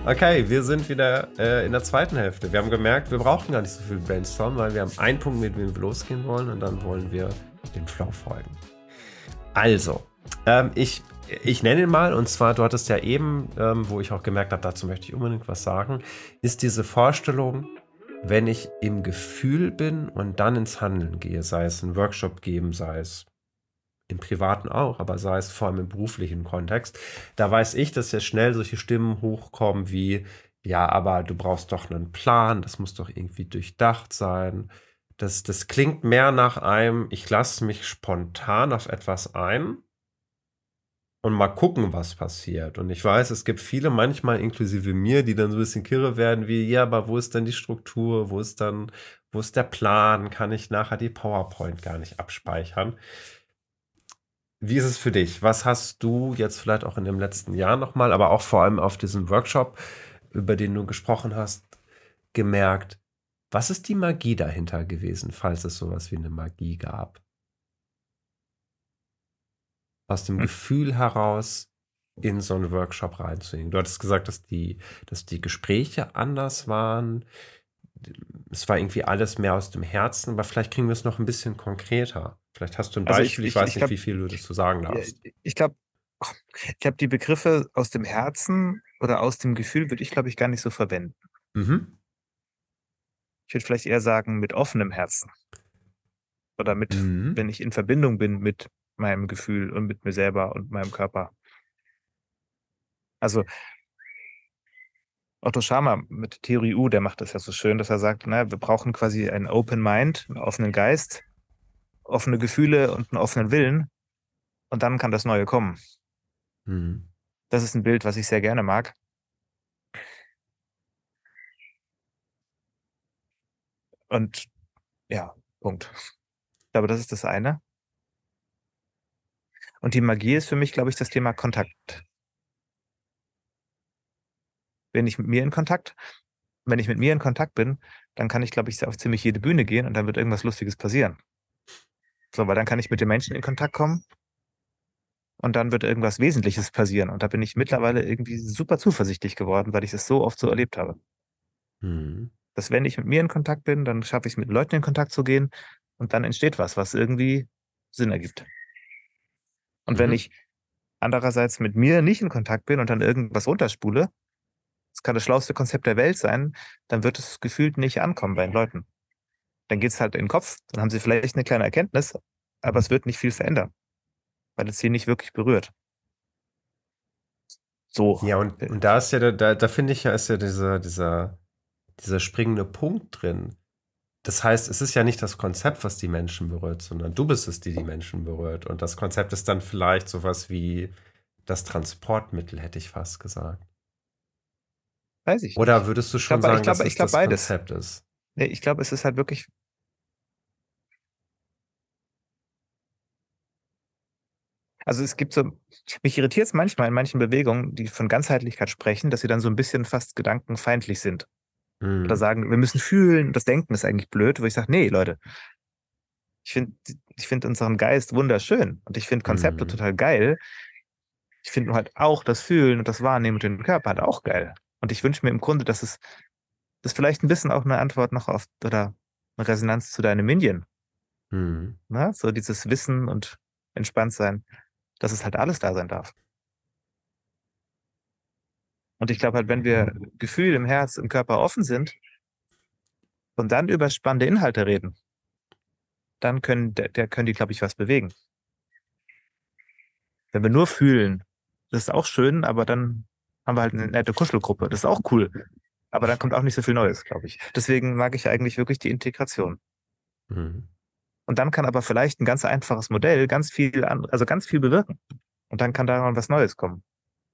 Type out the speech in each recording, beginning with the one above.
Okay, wir sind wieder in der zweiten Hälfte. Wir haben gemerkt, wir brauchen gar nicht so viel Brainstorm, weil wir haben einen Punkt, mit dem wir losgehen wollen und dann wollen wir den Flow folgen. Also, ich nenne ihn mal, und zwar, du hattest ja eben, wo ich auch gemerkt habe, dazu möchte ich unbedingt was sagen, ist diese Vorstellung, wenn ich im Gefühl bin und dann ins Handeln gehe, sei es einen Workshop geben, sei es im Privaten auch, aber sei es vor allem im beruflichen Kontext, da weiß ich, dass ja schnell solche Stimmen hochkommen wie, ja, aber du brauchst doch einen Plan, das muss doch irgendwie durchdacht sein. Das klingt mehr nach einem, ich lasse mich spontan auf etwas ein und mal gucken, was passiert. Und ich weiß, es gibt viele, manchmal inklusive mir, die dann so ein bisschen kirre werden, wie, ja, aber wo ist denn die Struktur? Wo ist der Plan? Kann ich nachher die PowerPoint gar nicht abspeichern? Wie ist es für dich? Was hast du jetzt vielleicht auch in dem letzten Jahr nochmal, aber auch vor allem auf diesem Workshop, über den du gesprochen hast, gemerkt? Was ist die Magie dahinter gewesen, falls es sowas wie eine Magie gab? Aus dem Hm. Gefühl heraus in so einen Workshop reinzugehen. Du hattest gesagt, dass die Gespräche anders waren. Es war irgendwie alles mehr aus dem Herzen, aber vielleicht kriegen wir es noch ein bisschen konkreter. Vielleicht hast du ein Also ich, Beispiel, ich ich, weiß ich nicht, glaube, wie viel du dazu sagen ja, darfst. ich glaube, ich glaube, die Begriffe aus dem Herzen oder aus dem Gefühl würde ich, glaube ich, gar nicht so verwenden. Mhm. Ich würde vielleicht eher sagen, mit offenem Herzen oder mit, Mhm. wenn ich in Verbindung bin mit meinem Gefühl und mit mir selber und meinem Körper. Also Otto Scharmer mit Theorie U, der macht das ja so schön, dass er sagt, na, wir brauchen quasi einen Open Mind, einen offenen Geist, offene Gefühle und einen offenen Willen und dann kann das Neue kommen. Mhm. Das ist ein Bild, was ich sehr gerne mag. Und ja, Punkt. Ich glaube, das ist das eine. Und die Magie ist für mich, glaube ich, das Thema Kontakt. Wenn ich mit mir in Kontakt, wenn ich mit mir in Kontakt bin, dann kann ich, glaube ich, auf ziemlich jede Bühne gehen und dann wird irgendwas Lustiges passieren. So, weil dann kann ich mit den Menschen in Kontakt kommen und dann wird irgendwas Wesentliches passieren. Und da bin ich mittlerweile irgendwie super zuversichtlich geworden, weil ich es so oft so erlebt habe. Mhm. Dass wenn ich mit mir in Kontakt bin, dann schaffe ich es mit Leuten in Kontakt zu gehen und dann entsteht was, was irgendwie Sinn ergibt. Und wenn Mhm. ich andererseits mit mir nicht in Kontakt bin und dann irgendwas runterspule, es kann das schlauste Konzept der Welt sein, dann wird es gefühlt nicht ankommen bei den Leuten. Dann geht es halt in den Kopf, dann haben sie vielleicht eine kleine Erkenntnis, aber es wird nicht viel verändern, weil es sie nicht wirklich berührt. So. Ja, und da ist ja, da finde ich ja, ist ja dieser springende Punkt drin. Das heißt, es ist ja nicht das Konzept, was die Menschen berührt, sondern du bist es, die die Menschen berührt. Und das Konzept ist dann vielleicht sowas wie das Transportmittel, hätte ich fast gesagt. Weiß ich Oder nicht. würdest du Ich schon glaube, ich sagen, dass glaube, ich es glaube das beides. Konzept ist? Nee, ich glaube, es ist halt wirklich, also es gibt so, mich irritiert es manchmal in manchen Bewegungen, die von Ganzheitlichkeit sprechen, dass sie dann so ein bisschen fast gedankenfeindlich sind. Oder Mhm. sagen, wir müssen fühlen, das Denken ist eigentlich blöd, wo ich sage, nee, Leute, ich finde ich finde unseren Geist wunderschön und ich finde Konzepte Mhm. total geil. Ich finde nur halt auch das Fühlen und das Wahrnehmen und den Körper halt auch geil. Und ich wünsche mir im Grunde, dass es das ist vielleicht ein bisschen auch eine Antwort noch auf oder eine Resonanz zu deinem Minion. Mhm. Ne? So dieses Wissen und Entspanntsein, dass es halt alles da sein darf. Und ich glaube halt, wenn wir Gefühl im Herz, im Körper offen sind und dann über spannende Inhalte reden, dann können die, glaube ich, was bewegen. Wenn wir nur fühlen, das ist auch schön, aber dann haben wir halt eine nette Kuschelgruppe. Das ist auch cool. Aber dann kommt auch nicht so viel Neues, glaube ich. Deswegen mag ich eigentlich wirklich die Integration. Mhm. Und dann kann aber vielleicht ein ganz einfaches Modell ganz viel, also ganz viel bewirken. Und dann kann daran was Neues kommen.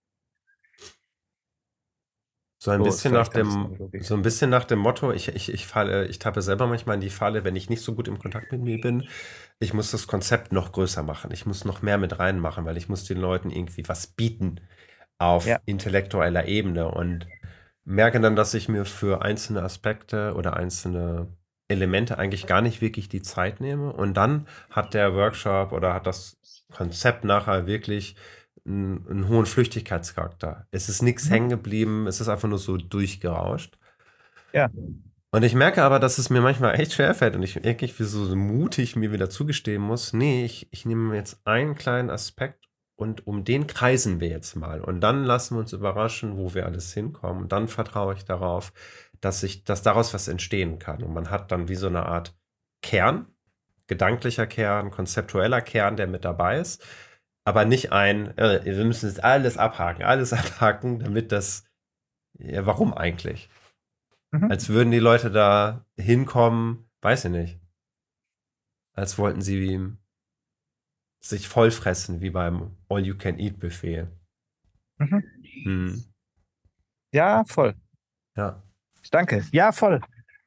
So ein So ist bisschen nach vielleicht ein bisschen dem, meine so Logik. ein bisschen nach dem Motto, ich tappe selber manchmal in die Falle, wenn ich nicht so gut im Kontakt mit mir bin, ich muss das Konzept noch größer machen. Ich muss noch mehr mit reinmachen, weil ich muss den Leuten irgendwie was bieten auf Ja, intellektueller Ebene und merke dann, dass ich mir für einzelne Aspekte oder einzelne Elemente eigentlich gar nicht wirklich die Zeit nehme. Und dann hat der Workshop oder hat das Konzept nachher wirklich einen hohen Flüchtigkeitscharakter. Es ist nichts Mhm. hängen geblieben, es ist einfach nur so durchgerauscht. Ja. Und ich merke aber, dass es mir manchmal echt schwerfällt und ich wirklich wie so mutig mir wieder zugestehen muss, nee, ich nehme mir jetzt einen kleinen Aspekt und um den kreisen wir jetzt mal. Und dann lassen wir uns überraschen, wo wir alles hinkommen. Und dann vertraue ich darauf, dass daraus was entstehen kann. Und man hat dann wie so eine Art Kern, gedanklicher Kern, konzeptueller Kern, der mit dabei ist. Aber nicht wir müssen jetzt alles abhaken, damit das, ja, warum eigentlich? Mhm. Als würden die Leute da hinkommen, weiß ich nicht. Als wollten sie sich vollfressen, wie beim All-You-Can-Eat-Buffet. Mhm. Hm. Ja, voll. Ja. Danke. Ja, voll.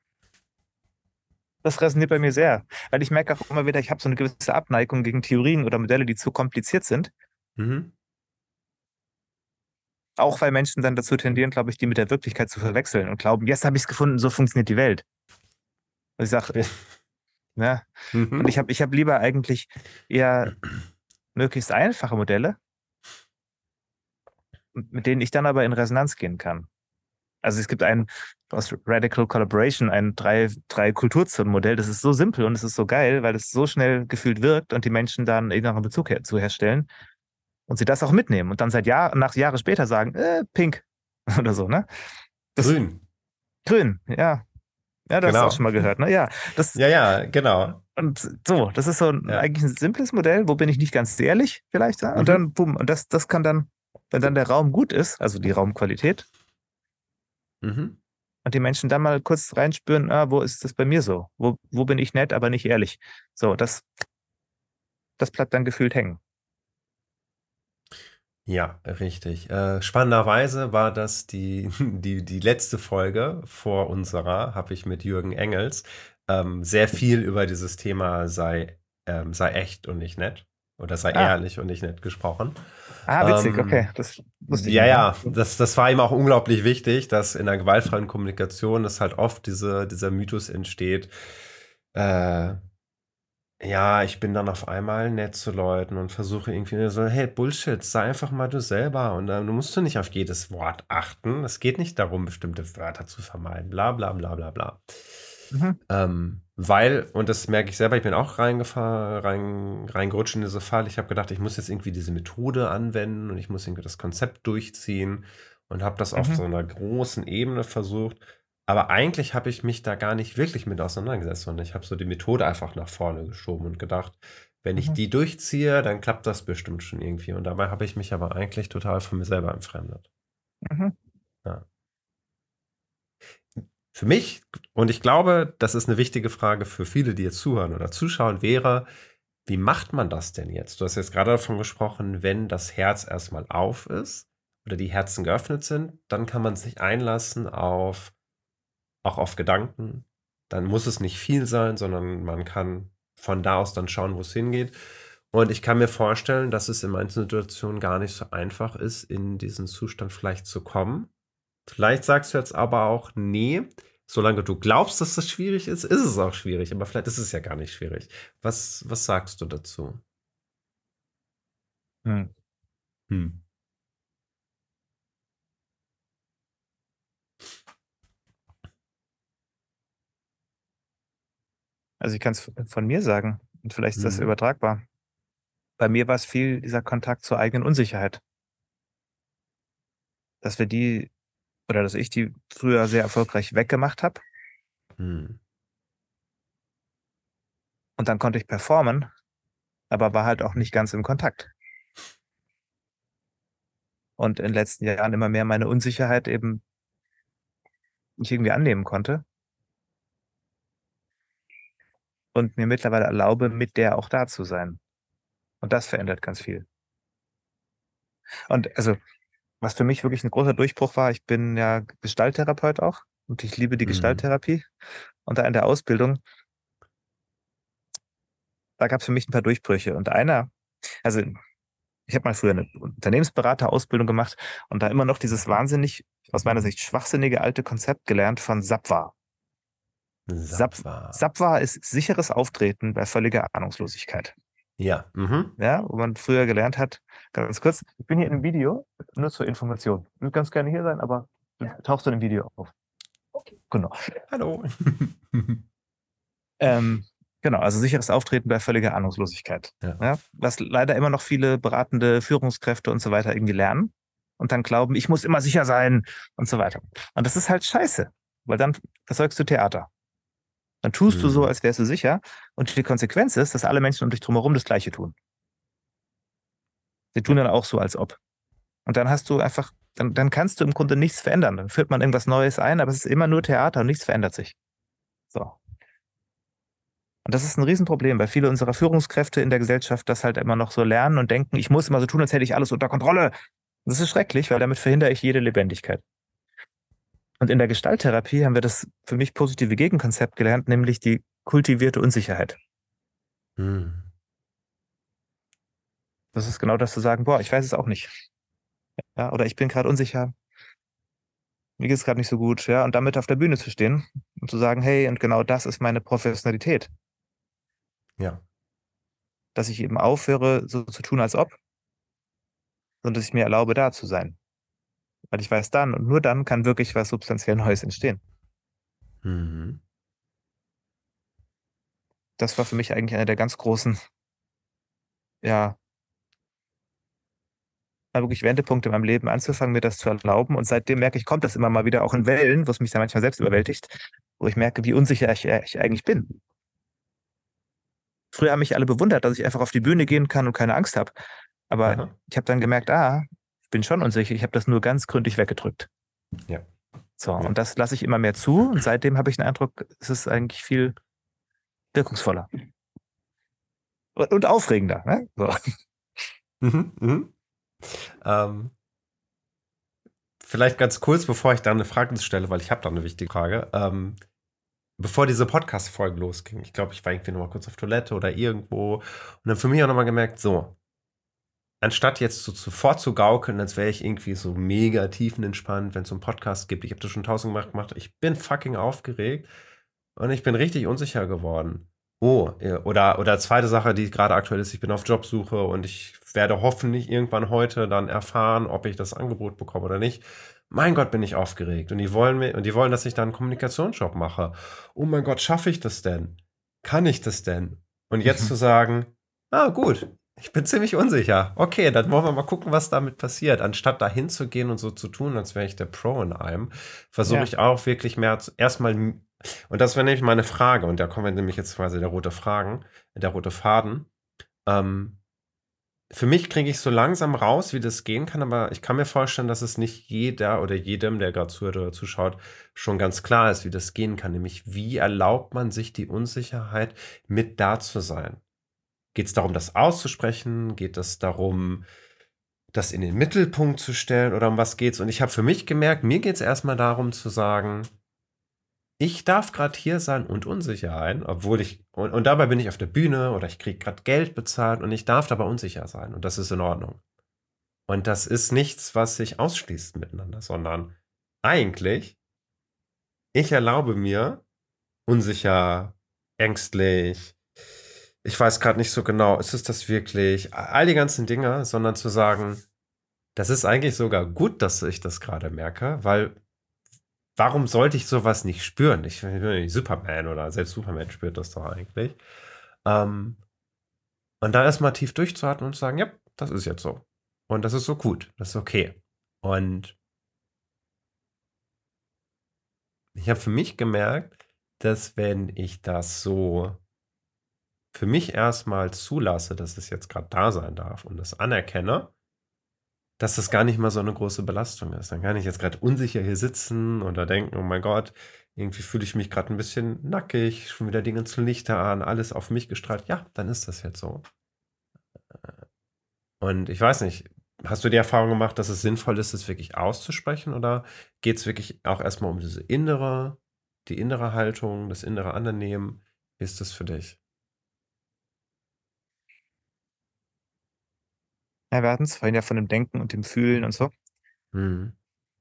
Das resoniert bei mir sehr. Weil ich merke auch immer wieder, ich habe so eine gewisse Abneigung gegen Theorien oder Modelle, die zu kompliziert sind. Mhm. Auch weil Menschen dann dazu tendieren, glaube ich, die mit der Wirklichkeit zu verwechseln und glauben, jetzt habe ich es gefunden, so funktioniert die Welt. Und ich sage, ne? Und Mhm. ich hab lieber eigentlich eher möglichst einfache Modelle, mit denen ich dann aber in Resonanz gehen kann. Also es gibt aus Radical Collaboration ein drei Kulturzonen-Modell. Das ist so simpel und es ist so geil, weil es so schnell gefühlt wirkt und die Menschen dann einen inneren Bezug zu herstellen und sie das auch mitnehmen und dann nach Jahre später sagen, pink oder so, ne? Das Grün. Grün, ja. Ja, das hast du auch Genau. schon mal gehört, ne? Ja, das Ja, ja, genau. und so, das ist so Ja. eigentlich ein simples Modell, wo bin ich nicht ganz ehrlich, vielleicht, ja? Und Mhm. dann, bumm, und das kann dann, wenn dann der Raum gut ist, also die Raumqualität, Mhm. und die Menschen dann mal kurz reinspüren, wo ist das bei mir so? Wo bin ich nett, aber nicht ehrlich? So, das bleibt dann gefühlt hängen. Ja, richtig. Spannenderweise war das die letzte Folge vor unserer, habe ich mit Jürgen Engels sehr viel über dieses Thema sei echt und nicht nett oder sei Ah, ehrlich und nicht nett gesprochen. witzig, okay, Ähm, das wusste ich ja, nicht, ja. ja, das war ihm auch unglaublich wichtig, dass in der gewaltfreien Kommunikation es halt oft dieser Mythos entsteht, äh, ja, ich bin dann auf einmal nett zu Leuten und versuche irgendwie so, hey, Bullshit, sei einfach mal du selber und du musst du nicht auf jedes Wort achten. Es geht nicht darum, bestimmte Wörter zu vermeiden, bla bla bla bla bla. Mhm, Weil, und das merke ich selber, ich bin auch reingerutscht in diese Falle. Ich habe gedacht, ich muss jetzt irgendwie diese Methode anwenden und ich muss irgendwie das Konzept durchziehen und habe das auf mhm, so einer großen Ebene versucht. Aber eigentlich habe ich mich da gar nicht wirklich mit auseinandergesetzt, sondern ich habe so die Methode einfach nach vorne geschoben und gedacht, wenn ich mhm, die durchziehe, dann klappt das bestimmt schon irgendwie. Und dabei habe ich mich aber eigentlich total von mir selber entfremdet. mhm, Ja. Für mich, und ich glaube, das ist eine wichtige Frage für viele, die jetzt zuhören oder zuschauen, wäre, wie macht man das denn jetzt? Du hast jetzt gerade davon gesprochen, wenn das Herz erstmal auf ist oder die Herzen geöffnet sind, dann kann man sich einlassen auch auf Gedanken. Dann muss es nicht viel sein, sondern man kann von da aus dann schauen, wo es hingeht. Und ich kann mir vorstellen, dass es in manchen Situationen gar nicht so einfach ist, in diesen Zustand vielleicht zu kommen. Vielleicht sagst du jetzt aber auch, nee, solange du glaubst, dass das schwierig ist es auch schwierig. Aber vielleicht ist es ja gar nicht schwierig. Was sagst du dazu? mhm. Hm. Also ich kann es von mir sagen und vielleicht ist das Mhm. übertragbar. Bei mir war es viel dieser Kontakt zur eigenen Unsicherheit, dass wir die oder dass ich die früher sehr erfolgreich weggemacht habe Hm. und dann konnte ich performen, aber war halt auch nicht ganz im Kontakt. Und in den letzten Jahren immer mehr meine Unsicherheit eben nicht irgendwie annehmen konnte und mir mittlerweile erlaube, mit der auch da zu sein. Und das verändert ganz viel. Und also, was für mich wirklich ein großer Durchbruch war, ich bin ja Gestalttherapeut auch und ich liebe die Mhm. Gestalttherapie. Und da in der Ausbildung, da gab es für mich ein paar Durchbrüche. Und also ich habe mal früher eine Unternehmensberaterausbildung gemacht und da immer noch dieses wahnsinnig, aus meiner Sicht schwachsinnige alte Konzept gelernt von SAPWA. Sapfa. SAPWA ist sicheres Auftreten bei völliger Ahnungslosigkeit. Ja. Mhm. Ja, wo man früher gelernt hat, ganz kurz, ich bin hier in einem Video, nur zur Information. Ich würde ganz gerne hier sein, aber du tauchst in dem Video auf. Genau. Hallo. Ähm, genau, also sicheres Auftreten bei völliger Ahnungslosigkeit. Ja. Ja, was leider immer noch viele beratende Führungskräfte und so weiter irgendwie lernen und dann glauben, ich muss immer sicher sein und so weiter. Und das ist halt scheiße, weil dann erzeugst du Theater. Dann tust du so, Mhm. als wärst du sicher. Und die Konsequenz ist, dass alle Menschen um dich drumherum das Gleiche tun. Sie tun Ja. dann auch so, als ob. Und dann hast du einfach, dann kannst du im Grunde nichts verändern. Dann führt man irgendwas Neues ein, aber es ist immer nur Theater und nichts verändert sich. So. Und das ist ein Riesenproblem, weil viele unserer Führungskräfte in der Gesellschaft das halt immer noch so lernen und denken, ich muss immer so tun, als hätte ich alles unter Kontrolle. Und das ist schrecklich, weil damit verhindere ich jede Lebendigkeit. Und in der Gestalttherapie haben wir das für mich positive Gegenkonzept gelernt, nämlich die kultivierte Unsicherheit. Mhm. Das ist genau das zu sagen, boah, ich weiß es auch nicht. Ja, oder ich bin gerade unsicher, mir geht es gerade nicht so gut, ja, und damit auf der Bühne zu stehen und zu sagen, hey, und genau das ist meine Professionalität, Ja. dass ich eben aufhöre, so zu tun, als ob, sondern dass ich mir erlaube, da zu sein. Weil ich weiß dann und nur dann kann wirklich was substanziell Neues entstehen. Mhm. Das war für mich eigentlich einer der ganz großen, ja, wirklich Wendepunkte in meinem Leben, anzufangen, mir das zu erlauben. Und seitdem merke ich, kommt das immer mal wieder auch in Wellen, wo es mich dann manchmal selbst überwältigt, wo ich merke, wie unsicher ich eigentlich bin. Früher haben mich alle bewundert, dass ich einfach auf die Bühne gehen kann und keine Angst habe. Aber Aha. ich habe dann gemerkt, ich bin schon unsicher, ich habe das nur ganz gründlich weggedrückt. Ja. So, Ja. und das lasse ich immer mehr zu. Und seitdem habe ich den Eindruck, es ist eigentlich viel wirkungsvoller und aufregender. Ne? So. Mhm. Mhm. Ähm, Vielleicht ganz kurz, bevor ich da eine Frage stelle, weil ich habe da eine wichtige Frage. Bevor diese Podcast-Folge losging, ich glaube, ich war irgendwie noch mal kurz auf Toilette oder irgendwo und dann für mich auch noch mal gemerkt, so, anstatt jetzt so vorzugaukeln, als wäre ich irgendwie so mega tiefenentspannt, wenn es so einen Podcast gibt, ich habe das schon tausendmal gemacht, ich bin fucking aufgeregt und ich bin richtig unsicher geworden. Oh, ja, oder zweite Sache, die gerade aktuell ist, ich bin auf Jobsuche und ich werde hoffentlich irgendwann heute dann erfahren, ob ich das Angebot bekomme oder nicht. Mein Gott, bin ich aufgeregt. Und die wollen, dass ich dann einen Kommunikationsjob mache. Oh mein Gott, schaffe ich das denn? Kann ich das denn? Und jetzt zu sagen, gut, ich bin ziemlich unsicher. Okay, dann wollen wir mal gucken, was damit passiert. Anstatt da hinzugehen und so zu tun, als wäre ich der Pro in allem, versuche Ja. ich auch wirklich mehr erstmal. Und das wäre nämlich meine Frage. Und da kommen wir nämlich jetzt quasi der rote Faden. Ähm, für mich kriege ich so langsam raus, wie das gehen kann, aber ich kann mir vorstellen, dass es nicht jeder oder jedem, der gerade zuhört oder zuschaut, schon ganz klar ist, wie das gehen kann. Nämlich, wie erlaubt man sich die Unsicherheit, mit da zu sein? Geht es darum, das auszusprechen? Geht es darum, das in den Mittelpunkt zu stellen? Oder um was geht's? Und ich habe für mich gemerkt, mir geht es erstmal darum zu sagen, ich darf gerade hier sein und unsicher sein, obwohl und dabei bin ich auf der Bühne oder ich kriege gerade Geld bezahlt und ich darf dabei unsicher sein und das ist in Ordnung. Und das ist nichts, was sich ausschließt miteinander, sondern eigentlich, ich erlaube mir, unsicher, ängstlich, ich weiß gerade nicht so genau, ist es das wirklich, all die ganzen Dinge, sondern zu sagen, das ist eigentlich sogar gut, dass ich das gerade merke, weil warum sollte ich sowas nicht spüren? Ich bin ja nicht Superman oder selbst Superman spürt das doch eigentlich. Ähm, und da erstmal tief durchzuatmen und zu sagen, ja, das ist jetzt so. Und das ist so gut, das ist okay. Und ich habe für mich gemerkt, dass wenn ich das so für mich erstmal zulasse, dass es jetzt gerade da sein darf und das anerkenne, dass das gar nicht mal so eine große Belastung ist. Dann kann ich jetzt gerade unsicher hier sitzen oder denken, oh mein Gott, irgendwie fühle ich mich gerade ein bisschen nackig, schon wieder die ganzen Lichter an, alles auf mich gestrahlt. Ja, dann ist das jetzt so. Und ich weiß nicht, hast du die Erfahrung gemacht, dass es sinnvoll ist, es wirklich auszusprechen oder geht es wirklich auch erstmal um die innere Haltung, das innere Annehmen? Wie ist das für dich? Ja, wir hatten es vorhin ja von dem Denken und dem Fühlen und so. Mhm.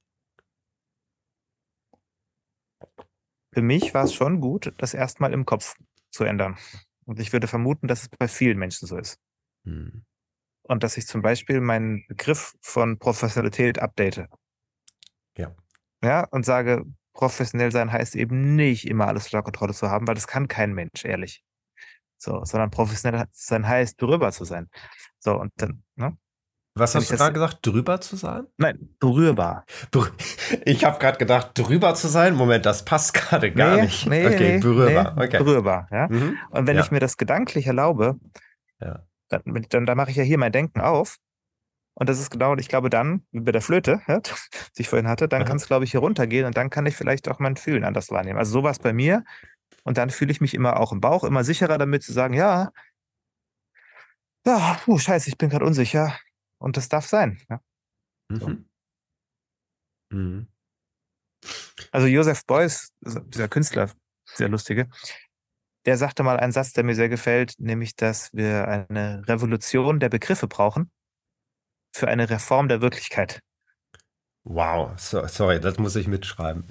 Für mich war es schon gut, das erstmal im Kopf zu ändern. Und ich würde vermuten, dass es bei vielen Menschen so ist. Hm. Und dass ich zum Beispiel meinen Begriff von Professionalität update. Ja. Ja, und sage, professionell sein heißt eben nicht immer alles unter Kontrolle zu haben, weil das kann kein Mensch, ehrlich. So, sondern professionell sein heißt, berührbar zu sein. So, und dann, ne? Was Wenn hast ich du das, gerade gesagt? Drüber zu sein? nein, berührbar. Ber- Ich habe gerade gedacht, drüber zu sein. Moment, das passt gerade gar Nee, nicht. nee, Okay, nee, nee, berührbar. Okay. berührbar, ja. Mhm. Und wenn ich Ja. mir das gedanklich erlaube, Ja. dann mache ich ja hier mein Denken auf. Und das ist genau, ich glaube dann, wie bei der Flöte, ja, die ich vorhin hatte, dann kann Aha. es, glaube ich, hier runtergehen und dann kann ich vielleicht auch mein Fühlen anders wahrnehmen. Also sowas bei mir. Und dann fühle ich mich immer auch im Bauch immer sicherer damit zu sagen, ja, ja, scheiße, ich bin gerade unsicher. Und das darf sein. Ja, so. Mhm. Mhm. Also Joseph Beuys, dieser Künstler, sehr lustige, der sagte mal einen Satz, der mir sehr gefällt, nämlich, dass wir eine Revolution der Begriffe brauchen für eine Reform der Wirklichkeit. Wow. Sorry, das muss ich mitschreiben.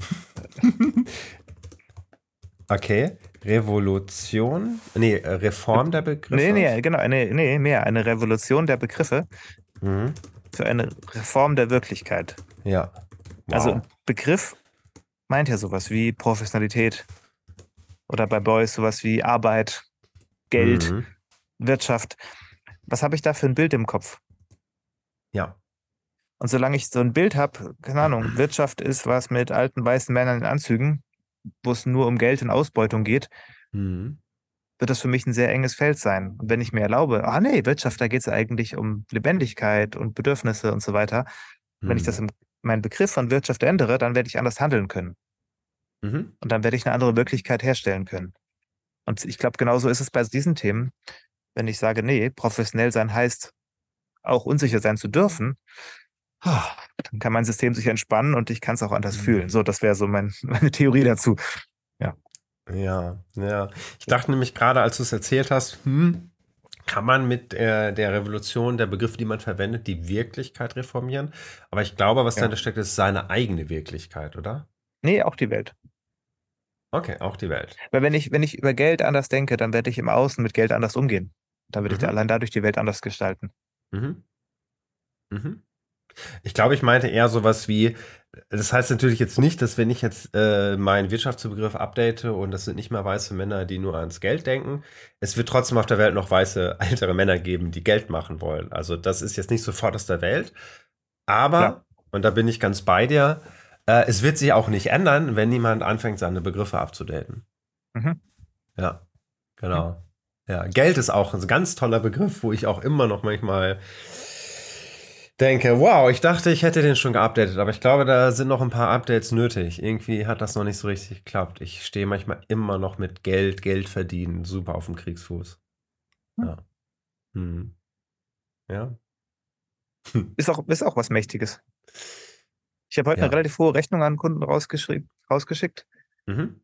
Okay. Revolution? Nee, Reform der Nee, Begriffe? nee, genau, nee, mehr. Eine Revolution der Begriffe Mhm. für eine Reform der Wirklichkeit. Ja. Also Wow. ein Begriff meint ja sowas wie Professionalität oder bei Beuys sowas wie Arbeit, Geld, Mhm. Wirtschaft. Was habe ich da für ein Bild im Kopf? Ja. Und solange ich so ein Bild habe, keine Ahnung, Wirtschaft ist was mit alten weißen Männern in Anzügen, wo es nur um Geld und Ausbeutung geht, Mhm. wird das für mich ein sehr enges Feld sein. Und wenn ich mir erlaube, ah nee, Wirtschaft, da geht es eigentlich um Lebendigkeit und Bedürfnisse und so weiter. Wenn ich das Mhm. in meinen Begriff von Wirtschaft ändere, dann werde ich anders handeln können. Mhm. Und dann werde ich eine andere Wirklichkeit herstellen können. Und ich glaube, genauso ist es bei diesen Themen, wenn ich sage, nee, professionell sein heißt, auch unsicher sein zu dürfen, dann kann mein System sich entspannen und ich kann es auch anders fühlen. Mhm. So, das wäre so meine Theorie dazu. Ja. Ja, ja. Ich dachte nämlich gerade, als du es erzählt hast, kann man mit der Revolution der Begriffe, die man verwendet, die Wirklichkeit reformieren? Aber ich glaube, was Ja. dahinter steckt, ist seine eigene Wirklichkeit, oder? Nee, auch die Welt. Okay, auch die Welt. Weil wenn ich über Geld anders denke, dann werde ich im Außen mit Geld anders umgehen. Dann werde ich Mhm. allein dadurch die Welt anders gestalten. Mhm. Mhm. Ich glaube, ich meinte eher sowas wie, das heißt natürlich jetzt nicht, dass wenn ich jetzt meinen Wirtschaftsbegriff update und das sind nicht mehr weiße Männer, die nur ans Geld denken, es wird trotzdem auf der Welt noch weiße ältere Männer geben, die Geld machen wollen. Also das ist jetzt nicht sofort aus der Welt, Klar. aber, und da bin ich ganz bei dir, es wird sich auch nicht ändern, wenn niemand anfängt, seine Begriffe abzudaten. Mhm. Ja, genau. Ja, Geld ist auch ein ganz toller Begriff, wo ich auch immer noch manchmal denke, wow, ich dachte, ich hätte den schon geupdatet, aber ich glaube, da sind noch ein paar Updates nötig. Irgendwie hat das noch nicht so richtig geklappt. Ich stehe manchmal immer noch mit Geld verdienen, super auf dem Kriegsfuß. Ja. Hm. Ja. Ist auch was Mächtiges. Ich habe heute eine Ja. relativ hohe Rechnung an einen Kunden rausgeschickt Mhm.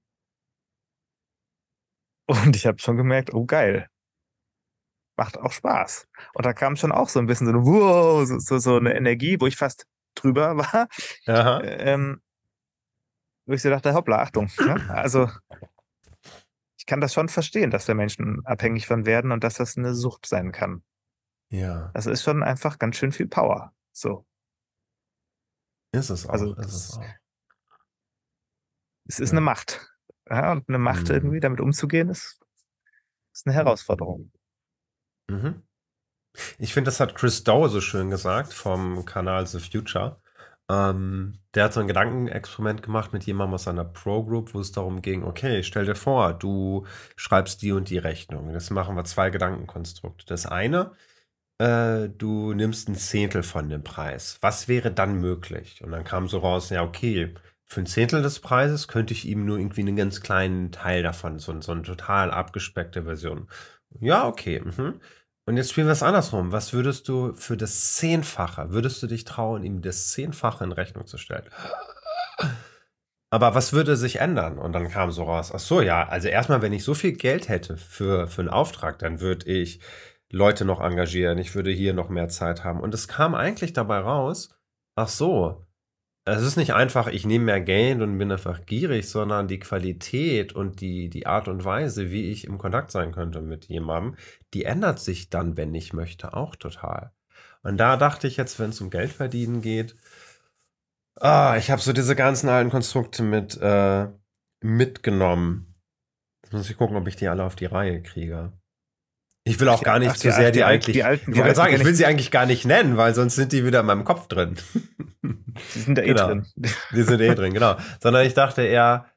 und ich habe schon gemerkt, oh geil, macht auch Spaß. Und da kam schon auch so ein bisschen so eine, wow, so eine Energie, wo ich fast drüber war, Aha. ähm, wo ich so dachte, hoppla, Achtung. Ne? Also ich kann das schon verstehen, dass wir Menschen abhängig von werden und dass das eine Sucht sein kann. Ja. Das ist schon einfach ganz schön viel Power. So, Ist es also auch, ist es auch. es ist eine Ja. Macht. Ja, und eine Macht irgendwie Mhm. damit umzugehen, ist eine Herausforderung. Mhm. Ich finde, das hat Chris Dow so schön gesagt vom Kanal The Future. Der hat so ein Gedankenexperiment gemacht mit jemandem aus seiner Pro-Group, wo es darum ging, okay, stell dir vor, du schreibst die und die Rechnung. Das machen wir zwei Gedankenkonstrukte. Das eine, du nimmst ein Zehntel von dem Preis. Was wäre dann möglich? Und dann kam so raus, ja, okay, für ein Zehntel des Preises könnte ich ihm nur irgendwie einen ganz kleinen Teil davon, so eine total abgespeckte Version. Ja, okay. Mhm. Und jetzt spielen wir es andersrum. Was würdest du für das Zehnfache, würdest du dich trauen, ihm das Zehnfache in Rechnung zu stellen? Aber was würde sich ändern? Und dann kam so raus, ach so, ja, also erstmal, wenn ich so viel Geld hätte für einen Auftrag, dann würde ich Leute noch engagieren, ich würde hier noch mehr Zeit haben. Und es kam eigentlich dabei raus, ach so, es ist nicht einfach, ich nehme mehr Geld und bin einfach gierig, sondern die Qualität und die Art und Weise, wie ich im Kontakt sein könnte mit jemandem, die ändert sich dann, wenn ich möchte, auch total. Und da dachte ich jetzt, wenn es um Geld verdienen geht, ich habe so diese ganzen alten Konstrukte mitgenommen. Jetzt muss ich gucken, ob ich die alle auf die Reihe kriege. Ich will auch gar nicht zu sehr die eigentlich. Ich wollte gerade sagen, ich will sie eigentlich gar nicht nennen, weil sonst sind die wieder in meinem Kopf drin. Die sind da eh Genau. drin. Die sind eh drin, genau. Sondern ich dachte eher,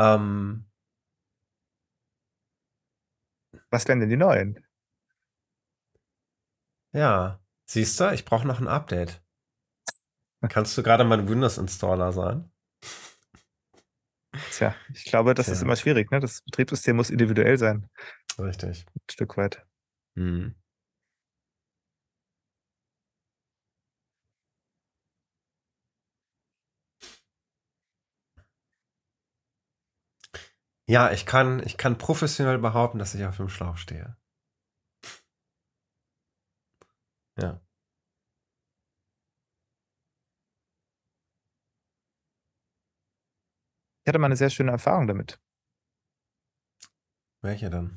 Was wären denn die neuen? ja, siehst du, ich brauche noch ein Update. Kannst du gerade mein Windows-Installer sein? Tja, ich glaube, das ist Tja. immer schwierig, ne? Das Betriebssystem muss individuell sein, Richtig. ein Stück weit. Mhm. Ja, ich kann professionell behaupten, dass ich auf dem Schlauch stehe. Ja. Ich hatte mal eine sehr schöne Erfahrung damit. Welche dann?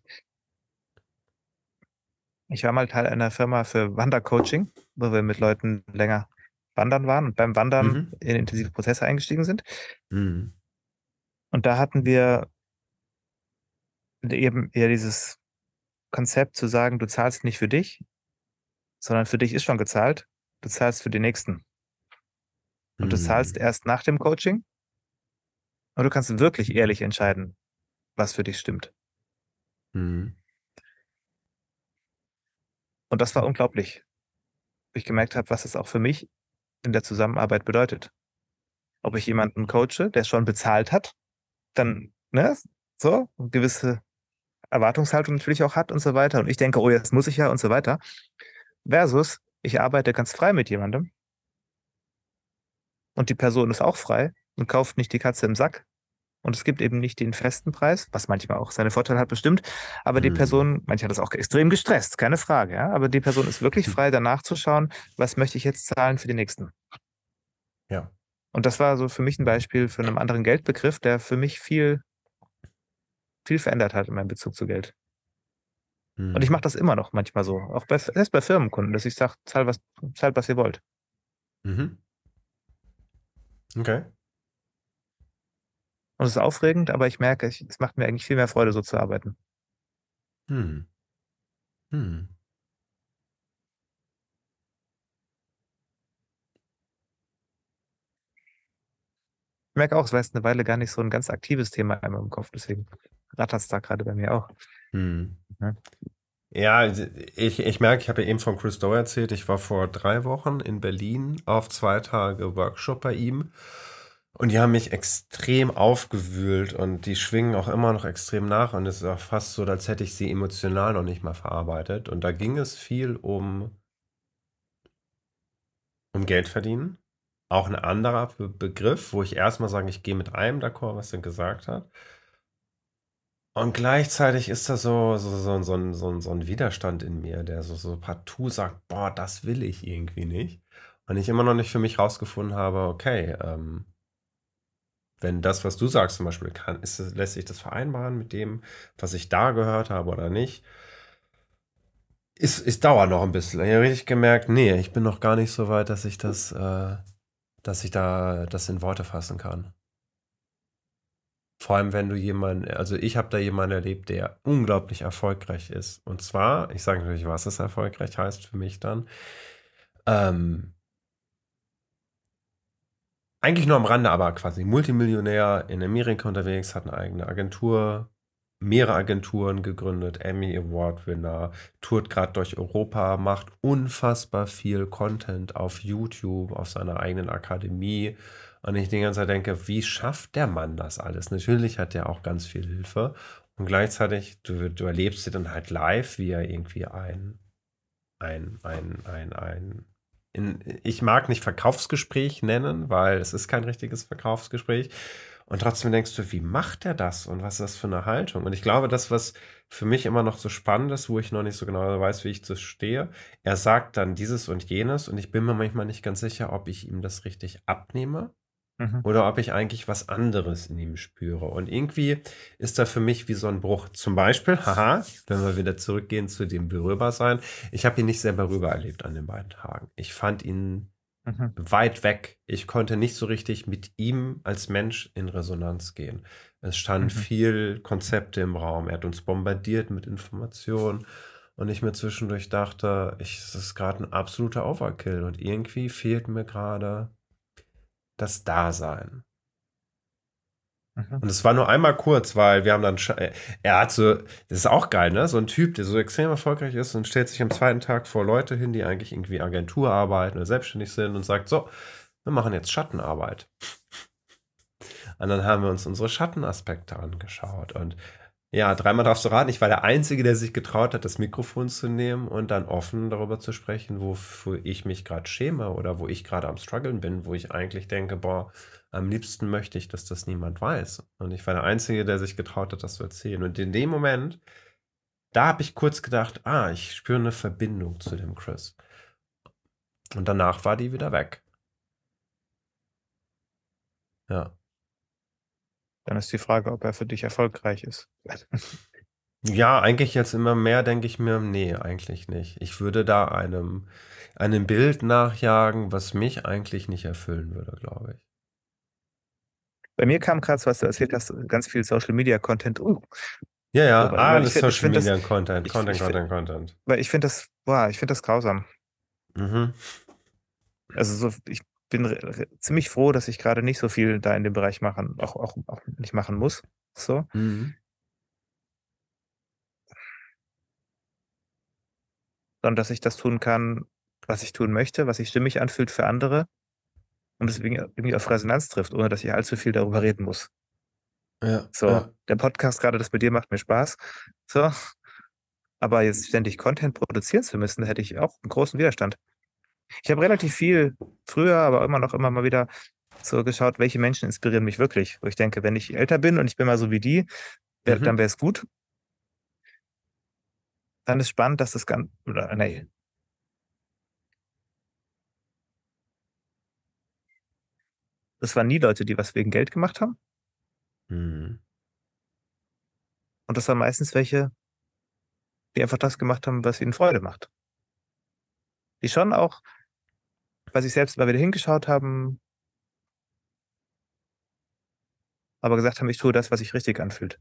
Ich war mal Teil einer Firma für Wandercoaching, wo wir mit Leuten länger wandern waren und beim Wandern in intensive Prozesse eingestiegen sind. Mhm. Und da hatten wir eben eher dieses Konzept zu sagen, du zahlst nicht für dich, sondern für dich ist schon gezahlt. Du zahlst für die Nächsten. Und du zahlst Mhm. erst nach dem Coaching. Und du kannst wirklich ehrlich entscheiden, was für dich stimmt. Mhm. Und das war unglaublich, wo ich gemerkt habe, was es auch für mich in der Zusammenarbeit bedeutet. Ob ich jemanden coache, der schon bezahlt hat, dann, ne, so, eine gewisse Erwartungshaltung natürlich auch hat und so weiter. Und ich denke, oh, jetzt muss ich ja und so weiter. Versus, ich arbeite ganz frei mit jemandem und die Person ist auch frei und kauft nicht die Katze im Sack. Und es gibt eben nicht den festen Preis, was manchmal auch seine Vorteile hat, bestimmt. Aber die Mhm. Person, manche hat das auch extrem gestresst, keine Frage, ja. Aber die Person ist wirklich frei, danach zu schauen, was möchte ich jetzt zahlen für die Nächsten. Ja. Und das war so für mich ein Beispiel für einen anderen Geldbegriff, der für mich viel, viel verändert hat in meinem Bezug zu Geld. Und ich mache Mhm. das immer noch manchmal so, auch selbst bei Firmenkunden, dass ich sage, zahlt, was ihr wollt. Mhm. Okay. Und es ist aufregend, aber ich merke, es macht mir eigentlich viel mehr Freude, so zu arbeiten. Mhm. Mhm. Ich merke auch, es war jetzt eine Weile gar nicht so ein ganz aktives Thema einmal im Kopf, deswegen rattert es da gerade bei mir auch. Mhm. Ja. Ja, ich merke, ich habe ja eben von Chris Do erzählt, ich war vor 3 Wochen in Berlin auf 2 Tage Workshop bei ihm und die haben mich extrem aufgewühlt und die schwingen auch immer noch extrem nach und es ist auch fast so, als hätte ich sie emotional noch nicht mal verarbeitet. Und da ging es viel um Geld verdienen. Auch ein anderer Begriff, wo ich erstmal sage, ich gehe mit einem d'accord, was er gesagt hat. Und gleichzeitig ist da so ein Widerstand in mir, der so partout sagt, boah, das will ich irgendwie nicht. Und ich immer noch nicht für mich rausgefunden habe, okay, wenn das, was du sagst zum Beispiel, lässt sich das vereinbaren mit dem, was ich da gehört habe oder nicht? Es dauert noch ein bisschen. Ich habe richtig gemerkt, nee, ich bin noch gar nicht so weit, dass ich da das in Worte fassen kann. Vor allem, wenn du jemanden, also ich habe da jemanden erlebt, der unglaublich erfolgreich ist. Und zwar, ich sage natürlich, was es erfolgreich heißt für mich dann. Ähm, Eigentlich nur am Rande, aber quasi Multimillionär in Amerika unterwegs, hat eine eigene Agentur, mehrere Agenturen gegründet, Emmy Award Winner, tourt gerade durch Europa, macht unfassbar viel Content auf YouTube, auf seiner eigenen Akademie. Und ich die ganze Zeit denke, wie schafft der Mann das alles? Natürlich hat er auch ganz viel Hilfe. Und gleichzeitig, du erlebst sie dann halt live, wie er irgendwie ich mag nicht Verkaufsgespräch nennen, weil es ist kein richtiges Verkaufsgespräch. Und trotzdem denkst du, wie macht er das und was ist das für eine Haltung? Und ich glaube, das, was für mich immer noch so spannend ist, wo ich noch nicht so genau weiß, wie ich zu stehe, er sagt dann dieses und jenes und ich bin mir manchmal nicht ganz sicher, ob ich ihm das richtig abnehme Mhm. oder ob ich eigentlich was anderes in ihm spüre. Und irgendwie ist da für mich wie so ein Bruch. Zum Beispiel, haha, wenn wir wieder zurückgehen zu dem Berührbarsein, ich habe ihn nicht sehr berührbar erlebt an den beiden Tagen. Ich fand ihn Mhm. weit weg. Ich konnte nicht so richtig mit ihm als Mensch in Resonanz gehen. Es standen Mhm. viel Konzepte im Raum. Er hat uns bombardiert mit Informationen. Und ich mir zwischendurch dachte, es ist gerade ein absoluter Overkill. Und irgendwie fehlt mir gerade das Dasein. Mhm. Und es war nur einmal kurz, weil wir haben dann, er hat so, das ist auch geil, ne? So ein Typ, der so extrem erfolgreich ist und stellt sich am zweiten Tag vor Leute hin, die eigentlich irgendwie Agentur arbeiten oder selbstständig sind und sagt, so, wir machen jetzt Schattenarbeit. Und dann haben wir uns unsere Schattenaspekte angeschaut. Und ja, dreimal darfst du raten, ich war der Einzige, der sich getraut hat, das Mikrofon zu nehmen und dann offen darüber zu sprechen, wofür ich mich gerade schäme oder wo ich gerade am Struggeln bin, wo ich eigentlich denke, boah, am liebsten möchte ich, dass das niemand weiß. Und ich war der Einzige, der sich getraut hat, das zu erzählen. Und in dem Moment, da habe ich kurz gedacht, ich spüre eine Verbindung zu dem Chris. Und danach war die wieder weg. Ja. Dann ist die Frage, ob er für dich erfolgreich ist. Ja, eigentlich jetzt immer mehr denke ich mir, nee, eigentlich nicht. Ich würde da einem Bild nachjagen, was mich eigentlich nicht erfüllen würde, glaube ich. Bei mir kam gerade, was du erzählt hast, ganz viel Social Media Content. Ja, So, ja, weil alles ich Social finde das, Media Content, ich, Content, ich, fi- Content, Content. weil ich finde das, boah, ich finde das grausam. Mhm. Also so, ich bin ziemlich froh, dass ich gerade nicht so viel da in dem Bereich auch nicht machen muss. So, Mhm. sondern dass ich das tun kann, was ich tun möchte, was sich stimmig anfühlt für andere und deswegen irgendwie auf Resonanz trifft, ohne dass ich allzu viel darüber reden muss. Ja, So, ja. der Podcast gerade, das mit dir macht mir Spaß. So, aber jetzt ständig Content produzieren zu müssen, da hätte ich auch einen großen Widerstand. Ich habe relativ viel früher, aber immer mal wieder so geschaut, welche Menschen inspirieren mich wirklich. Wo ich denke, wenn ich älter bin und ich bin mal so wie die, dann Mhm. wäre es gut. Dann ist spannend, dass das ganz, oder nee, das waren nie Leute, die was wegen Geld gemacht haben. Mhm. Und das waren meistens welche, die einfach das gemacht haben, was ihnen Freude macht. Die schon auch bei sich selbst mal wieder hingeschaut haben, aber gesagt haben, ich tue das, was sich richtig anfühlt.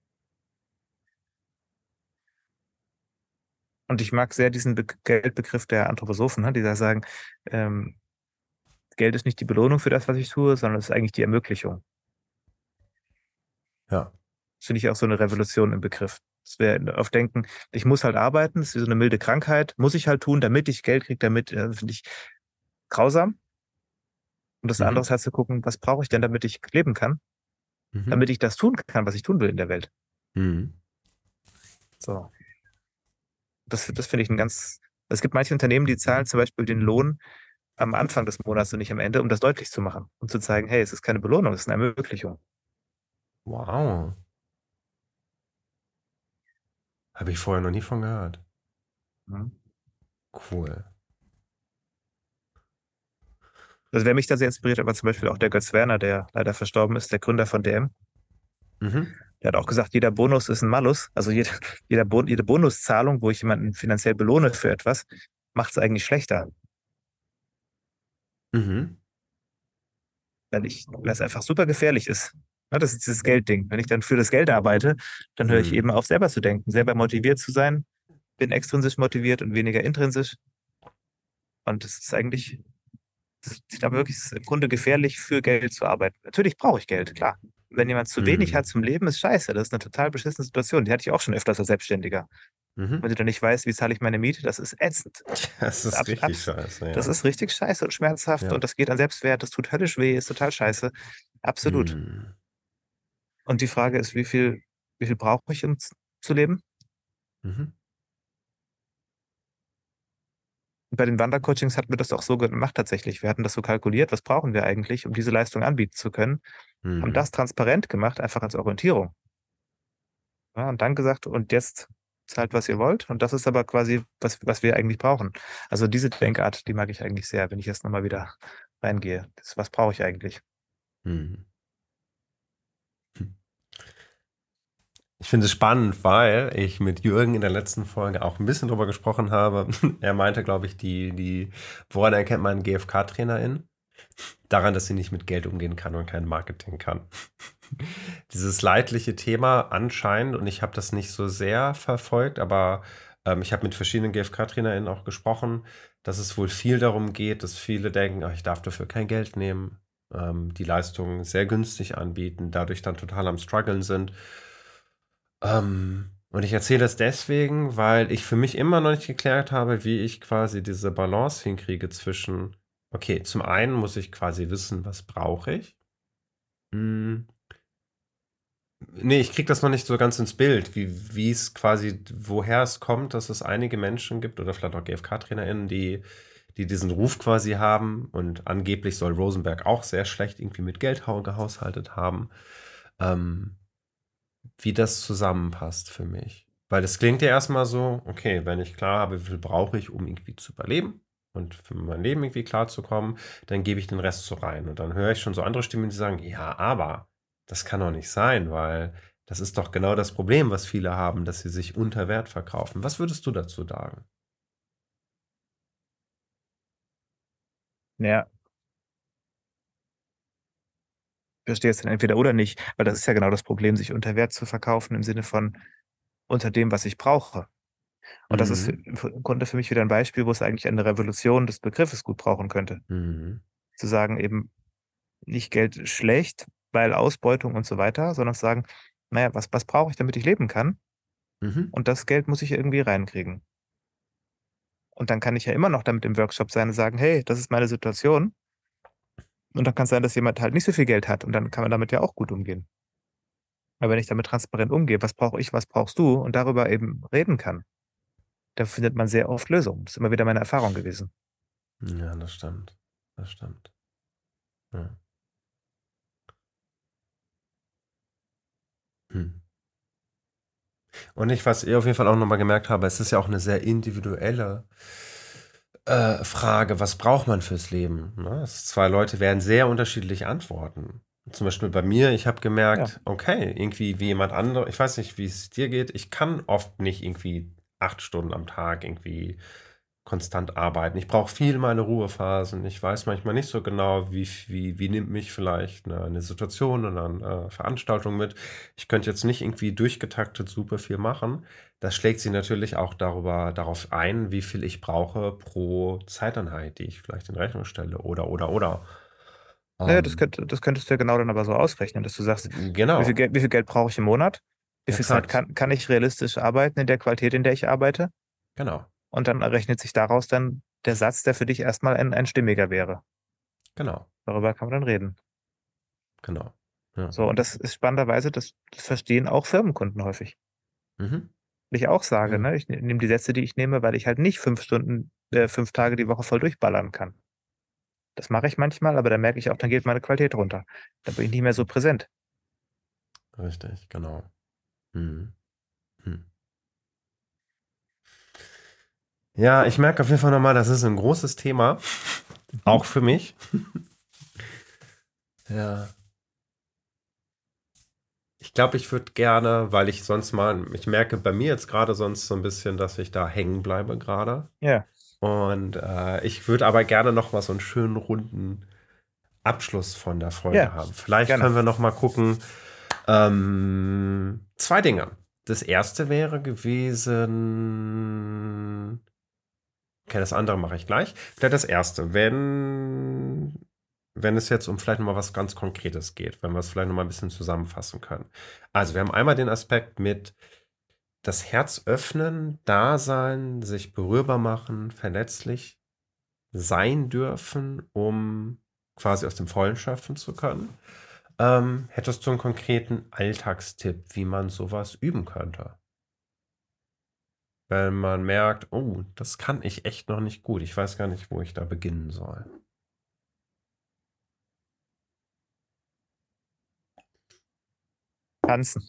Und ich mag sehr diesen Geldbegriff der Anthroposophen, ne, die da sagen, ähm, Geld ist nicht die Belohnung für das, was ich tue, sondern es ist eigentlich die Ermöglichung. Ja. Das finde ich auch so eine Revolution im Begriff. Dass wir oft denken, ich muss halt arbeiten, das ist wie so eine milde Krankheit, muss ich halt tun, damit ich Geld kriege, finde ich grausam. Und das andere Mhm. ist halt zu gucken, was brauche ich denn, damit ich leben kann, Mhm. damit ich das tun kann, was ich tun will in der Welt. Mhm. So. Das finde ich es gibt manche Unternehmen, die zahlen zum Beispiel den Lohn am Anfang des Monats und nicht am Ende, um das deutlich zu machen, um zu zeigen, hey, es ist keine Belohnung, es ist eine Ermöglichung. Wow. Habe ich vorher noch nie von gehört. Mhm. Cool. Also wer mich da sehr inspiriert hat, war zum Beispiel auch der Götz Werner, der leider verstorben ist, der Gründer von DM. Mhm. Der hat auch gesagt, jeder Bonus ist ein Malus. Also jede Bonuszahlung, wo ich jemanden finanziell belohne für etwas, macht es eigentlich schlechter. Mhm. Weil es einfach super gefährlich ist. Ja, das ist dieses Geldding. Wenn ich dann für das Geld arbeite, dann höre ich Mhm. eben auf, selber zu denken, selber motiviert zu sein, bin extrinsisch motiviert und weniger intrinsisch. Und das ist eigentlich, ich glaube wirklich, es ist im Grunde gefährlich, für Geld zu arbeiten. Natürlich brauche ich Geld, klar. Wenn jemand zu wenig hat Mhm. zum Leben, ist scheiße. Das ist eine total beschissene Situation. Die hatte ich auch schon öfters als Selbstständiger. Mhm. Wenn du dann nicht weißt, wie zahle ich meine Miete, das ist ätzend. Das Das ist, ist richtig scheiße, das ja. ist richtig scheiße und schmerzhaft und Ja. das geht an Selbstwert, das tut höllisch weh, ist total scheiße. Absolut. Mhm. Und die Frage ist, wie viel brauche ich, um zu leben? Mhm. Bei den Wandercoachings hatten wir das auch so gemacht tatsächlich. Wir hatten das so kalkuliert, was brauchen wir eigentlich, um diese Leistung anbieten zu können, haben Mhm. das transparent gemacht, einfach als Orientierung. Ja, und dann gesagt, und jetzt zahlt, was ihr wollt. Und das ist aber quasi, was wir eigentlich brauchen. Also diese Denkart, die mag ich eigentlich sehr, wenn ich jetzt nochmal wieder reingehe. Was brauche ich eigentlich? Mhm. Ich finde es spannend, weil ich mit Jürgen in der letzten Folge auch ein bisschen drüber gesprochen habe. Er meinte, glaube ich, woran erkennt man einen GfK-Trainerin? Daran, dass sie nicht mit Geld umgehen kann und kein Marketing kann. Dieses leidliche Thema anscheinend, und ich habe das nicht so sehr verfolgt, aber ich habe mit verschiedenen GfK-TrainerInnen auch gesprochen, dass es wohl viel darum geht, dass viele denken, ich darf dafür kein Geld nehmen, die Leistungen sehr günstig anbieten, dadurch dann total am Struggeln sind. Und ich erzähle das deswegen, weil ich für mich immer noch nicht geklärt habe, wie ich quasi diese Balance hinkriege zwischen, okay, zum einen muss ich quasi wissen, was brauche ich. Hm, nee, ich kriege das noch nicht so ganz ins Bild, wie es quasi, woher es kommt, dass es einige Menschen gibt oder vielleicht auch GfK-TrainerInnen, die diesen Ruf quasi haben und angeblich soll Rosenberg auch sehr schlecht irgendwie mit Geld gehaushaltet haben. Ähm, wie das zusammenpasst für mich. Weil das klingt ja erstmal so, okay, wenn ich klar habe, wie viel brauche ich, um irgendwie zu überleben und für mein Leben irgendwie klarzukommen, dann gebe ich den Rest so rein. Und dann höre ich schon so andere Stimmen, die sagen, ja, aber das kann doch nicht sein, weil das ist doch genau das Problem, was viele haben, dass sie sich unter Wert verkaufen. Was würdest du dazu sagen? Ja, verstehe es dann entweder oder nicht, weil das ist ja genau das Problem, sich unter Wert zu verkaufen im Sinne von unter dem, was ich brauche. Und das ist Mhm. im Grunde für mich wieder ein Beispiel, wo es eigentlich eine Revolution des Begriffes gut brauchen könnte. Mhm. Zu sagen eben nicht Geld schlecht, weil Ausbeutung und so weiter, sondern zu sagen, naja, was brauche ich, damit ich leben kann? Mhm. Und das Geld muss ich irgendwie reinkriegen. Und dann kann ich ja immer noch damit im Workshop sein und sagen, hey, das ist meine Situation. Und dann kann es sein, dass jemand halt nicht so viel Geld hat und dann kann man damit ja auch gut umgehen. Aber wenn ich damit transparent umgehe, was brauche ich, was brauchst du und darüber eben reden kann, da findet man sehr oft Lösungen. Das ist immer wieder meine Erfahrung gewesen. Ja, das stimmt. Das stimmt. Ja. Hm. Und was ich auf jeden Fall auch nochmal gemerkt habe, es ist ja auch eine sehr individuelle Frage, was braucht man fürs Leben? Ne? Zwei Leute werden sehr unterschiedlich antworten. Zum Beispiel bei mir, ich habe Ja. gemerkt, okay, irgendwie wie jemand anderes, ich weiß nicht, wie es dir geht, ich kann oft nicht irgendwie 8 Stunden am Tag irgendwie konstant arbeiten. Ich brauche viel meine Ruhephasen. Ich weiß manchmal nicht so genau, wie nimmt mich vielleicht eine Situation oder eine Veranstaltung mit. Ich könnte jetzt nicht irgendwie durchgetaktet super viel machen. Das schlägt sie natürlich auch darauf ein, wie viel ich brauche pro Zeiteinheit, die ich vielleicht in Rechnung stelle oder. Naja, Ähm, das könntest du ja genau dann aber so ausrechnen, dass du sagst, genau, Wie viel Geld brauche ich im Monat? Wie viel Zeit exakt, kann ich realistisch arbeiten in der Qualität, in der ich arbeite? genau, Und dann errechnet sich daraus dann der Satz, der für dich erstmal ein stimmiger wäre. genau, Darüber kann man dann reden. genau. Ja. So, und das ist spannenderweise, das verstehen auch Firmenkunden häufig. Mhm. Ich auch sage, Ja. ne, ich nehme die Sätze, die ich nehme, weil ich halt nicht 5 Stunden, 5 Tage die Woche voll durchballern kann. Das mache ich manchmal, aber dann merke ich auch, dann geht meine Qualität runter. Dann bin ich nicht mehr so präsent. Richtig, genau. Mhm. Mhm. Ja, ich merke auf jeden Fall nochmal, das ist ein großes Thema, Mhm. auch für mich. Ja. Ich glaube, ich würde gerne, weil ich merke bei mir jetzt gerade sonst so ein bisschen, dass ich da hängen bleibe gerade. Ja, Und ich würde aber gerne noch mal so einen schönen runden Abschluss von der Folge ja, haben. Vielleicht gerne. können wir noch mal gucken. Zwei Dinge. Das erste wäre gewesen. Okay, das andere mache ich gleich. Vielleicht das erste. Wenn es jetzt um vielleicht noch mal was ganz Konkretes geht, wenn wir es vielleicht noch mal ein bisschen zusammenfassen können. Also, wir haben einmal den Aspekt mit das Herz öffnen, da sein, sich berührbar machen, verletzlich sein dürfen, um quasi aus dem Vollen schöpfen zu können. Hättest du einen konkreten Alltagstipp, wie man sowas üben könnte? wenn man merkt, oh, das kann ich echt noch nicht gut. Ich weiß gar nicht, wo ich da beginnen soll. Tanzen.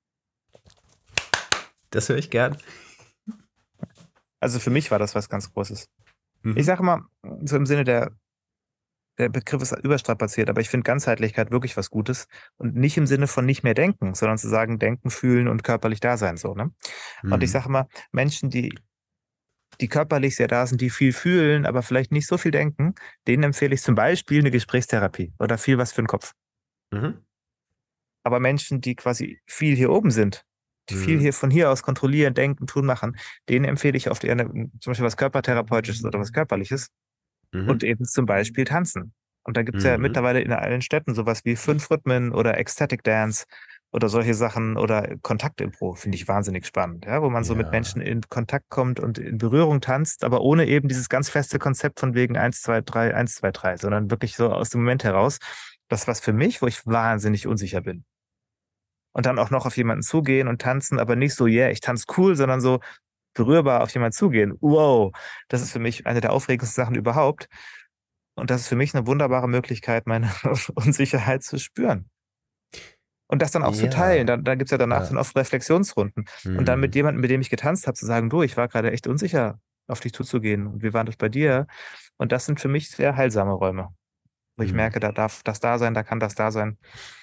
Das höre ich gern. Also für mich war das was ganz Großes. Mhm. Ich sage immer, so im Sinne der Begriff ist überstrapaziert, aber ich finde Ganzheitlichkeit wirklich was Gutes und nicht im Sinne von nicht mehr denken, sondern zu sagen, denken, fühlen und körperlich da sein, so, ne? Und ich Mhm. sage immer, Menschen, die körperlich sehr da sind, die viel fühlen, aber vielleicht nicht so viel denken, denen empfehle ich zum Beispiel eine Gesprächstherapie oder viel was für den Kopf. Mhm. Aber Menschen, die quasi viel hier oben sind, die viel Mhm. hier von hier aus kontrollieren, denken, tun, machen, denen empfehle ich oft eher zum Beispiel was Körpertherapeutisches oder was Körperliches und Mhm. eben zum Beispiel Tanzen. Und da gibt es ja Mhm. mittlerweile in allen Städten sowas wie 5 Rhythmen oder Ecstatic Dance oder solche Sachen oder Kontaktimpro, finde ich wahnsinnig spannend, ja, wo man so mit Ja. Menschen in Kontakt kommt und in Berührung tanzt, aber ohne eben dieses ganz feste Konzept von wegen 1, 2, 3, 1, 2, 3, sondern wirklich so aus dem Moment heraus. Das was für mich, wo ich wahnsinnig unsicher bin. Und dann auch noch auf jemanden zugehen und tanzen, aber nicht so, yeah, ich tanze cool, sondern so berührbar auf jemanden zugehen. Wow, das ist für mich eine der aufregendsten Sachen überhaupt. Und das ist für mich eine wunderbare Möglichkeit, meine Unsicherheit zu spüren. Und das dann auch zu teilen. Ja. Da gibt es ja danach Ja. dann oft Reflexionsrunden. Und dann mit Mhm. jemandem, mit dem ich getanzt habe, zu sagen, du, ich war gerade echt unsicher, auf dich zuzugehen. Und wie war das bei dir? Und das sind für mich sehr heilsame Räume, wo ich Mhm. merke, da darf das da sein, da kann das da sein.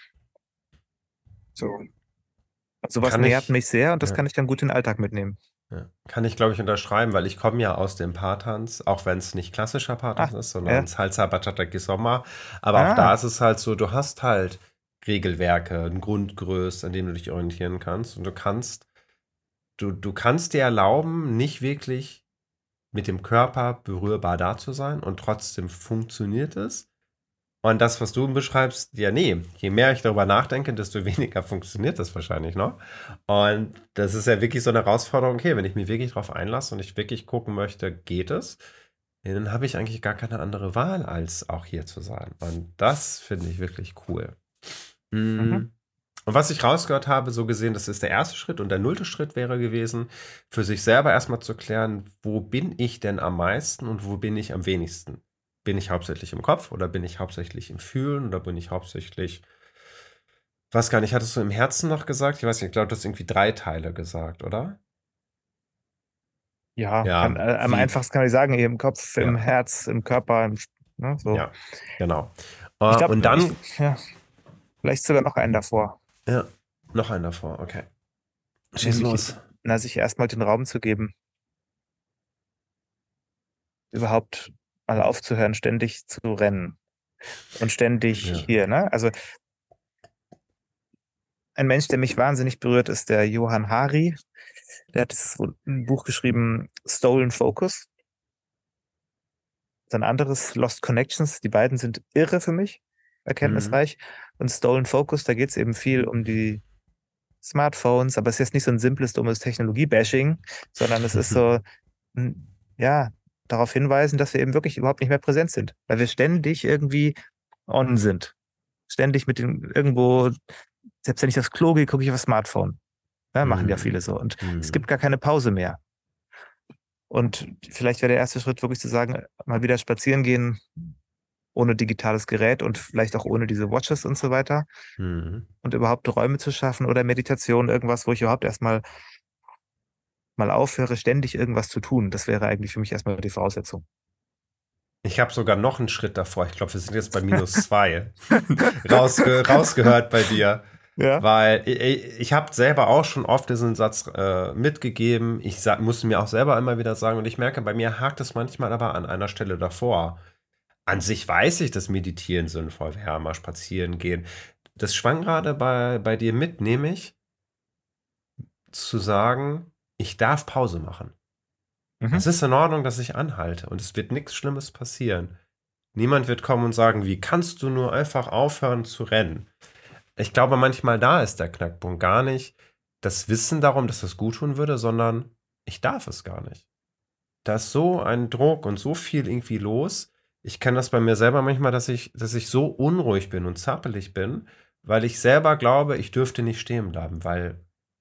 So. Sowas Kann nährt ich, mich sehr und das ja, kann ich dann gut in den Alltag mitnehmen. ja. Kann ich, glaube ich, unterschreiben, weil ich komme ja aus dem Paartanz, auch wenn es nicht klassischer Ah, Paartanz ist, sondern ja. Salsa, Bachata, Kizomba. Aber auch da Ah, ist es halt so, du hast halt Regelwerke, ein Grundgerüst, an dem du dich orientieren kannst. Und du kannst dir erlauben, nicht wirklich mit dem Körper berührbar da zu sein und trotzdem funktioniert es. Und das, was du beschreibst, ja, nee, je mehr ich darüber nachdenke, desto weniger funktioniert das wahrscheinlich noch. Und das ist ja wirklich so eine Herausforderung, okay, wenn ich mich wirklich darauf einlasse und ich wirklich gucken möchte, geht es, dann habe ich eigentlich gar keine andere Wahl, als auch hier zu sein. Und das finde ich wirklich cool. mhm. Mm. Und was ich rausgehört habe, so gesehen, das ist der erste Schritt und der nullte Schritt wäre gewesen, für sich selber erstmal zu klären, wo bin ich denn am meisten und wo bin ich am wenigsten? Bin ich hauptsächlich im Kopf oder bin ich hauptsächlich im Fühlen oder bin ich hauptsächlich, weiß gar nicht, hattest du im Herzen noch gesagt? Ich weiß nicht, ich glaube, du hast irgendwie 3 Teile gesagt, oder? Ja, Ja, am wie, einfachsten kann ich sagen, im Kopf, im ja, Herz, im Körper, ne, so. ja, genau. Ich Und glaube, dann, ja, vielleicht sogar noch einen davor, ja, noch ein davor, okay. Schieß nämlich, los. sich erstmal den Raum zu geben, überhaupt mal aufzuhören, ständig zu rennen und ständig Ja. hier, ne? Also ein Mensch, der mich wahnsinnig berührt, ist der Johann Hari. Der hat ein Buch geschrieben, Stolen Focus. Sein anderes Lost Connections. Die beiden sind irre für mich, Mhm. erkenntnisreich. Und Stolen Focus, da geht es eben viel um die Smartphones, aber es ist jetzt nicht so ein simples, dummes Technologie-Bashing, sondern es ist so, ja, darauf hinweisen, dass wir eben wirklich überhaupt nicht mehr präsent sind, weil wir ständig irgendwie on sind. Ständig mit dem irgendwo, selbst wenn ich aufs Klo gehe, gucke ich auf das Smartphone. Ja, machen ja Mhm. viele so. Und es gibt Mhm. gar keine Pause mehr. Und vielleicht wäre der erste Schritt wirklich zu sagen, mal wieder spazieren gehen, ohne digitales Gerät und vielleicht auch ohne diese Watches und so weiter. Mhm. Und überhaupt Räume zu schaffen oder Meditation, irgendwas, wo ich überhaupt erstmal mal aufhöre, ständig irgendwas zu tun. Das wäre eigentlich für mich erstmal die Voraussetzung. Ich habe sogar noch einen Schritt davor. Ich glaube, wir sind jetzt bei -2. Rausgehört bei dir. Ja. Weil ich habe selber auch schon oft diesen Satz mitgegeben. Musste mir auch selber immer wieder sagen. Und ich merke, bei mir hakt es manchmal aber an einer Stelle davor. An sich weiß ich, dass Meditieren sinnvoll wäre, mal spazieren gehen. Das schwang gerade bei dir mit, nämlich zu sagen, ich darf Pause machen. Mhm. Es ist in Ordnung, dass ich anhalte und es wird nichts Schlimmes passieren. Niemand wird kommen und sagen, wie kannst du nur einfach aufhören zu rennen? Ich glaube, manchmal da ist der Knackpunkt gar nicht das Wissen darum, dass das gut tun würde, sondern ich darf es gar nicht. Da ist so ein Druck und so viel irgendwie los. Ich kenne das bei mir selber manchmal, dass ich so unruhig bin und zappelig bin, weil ich selber glaube, ich dürfte nicht stehen bleiben, weil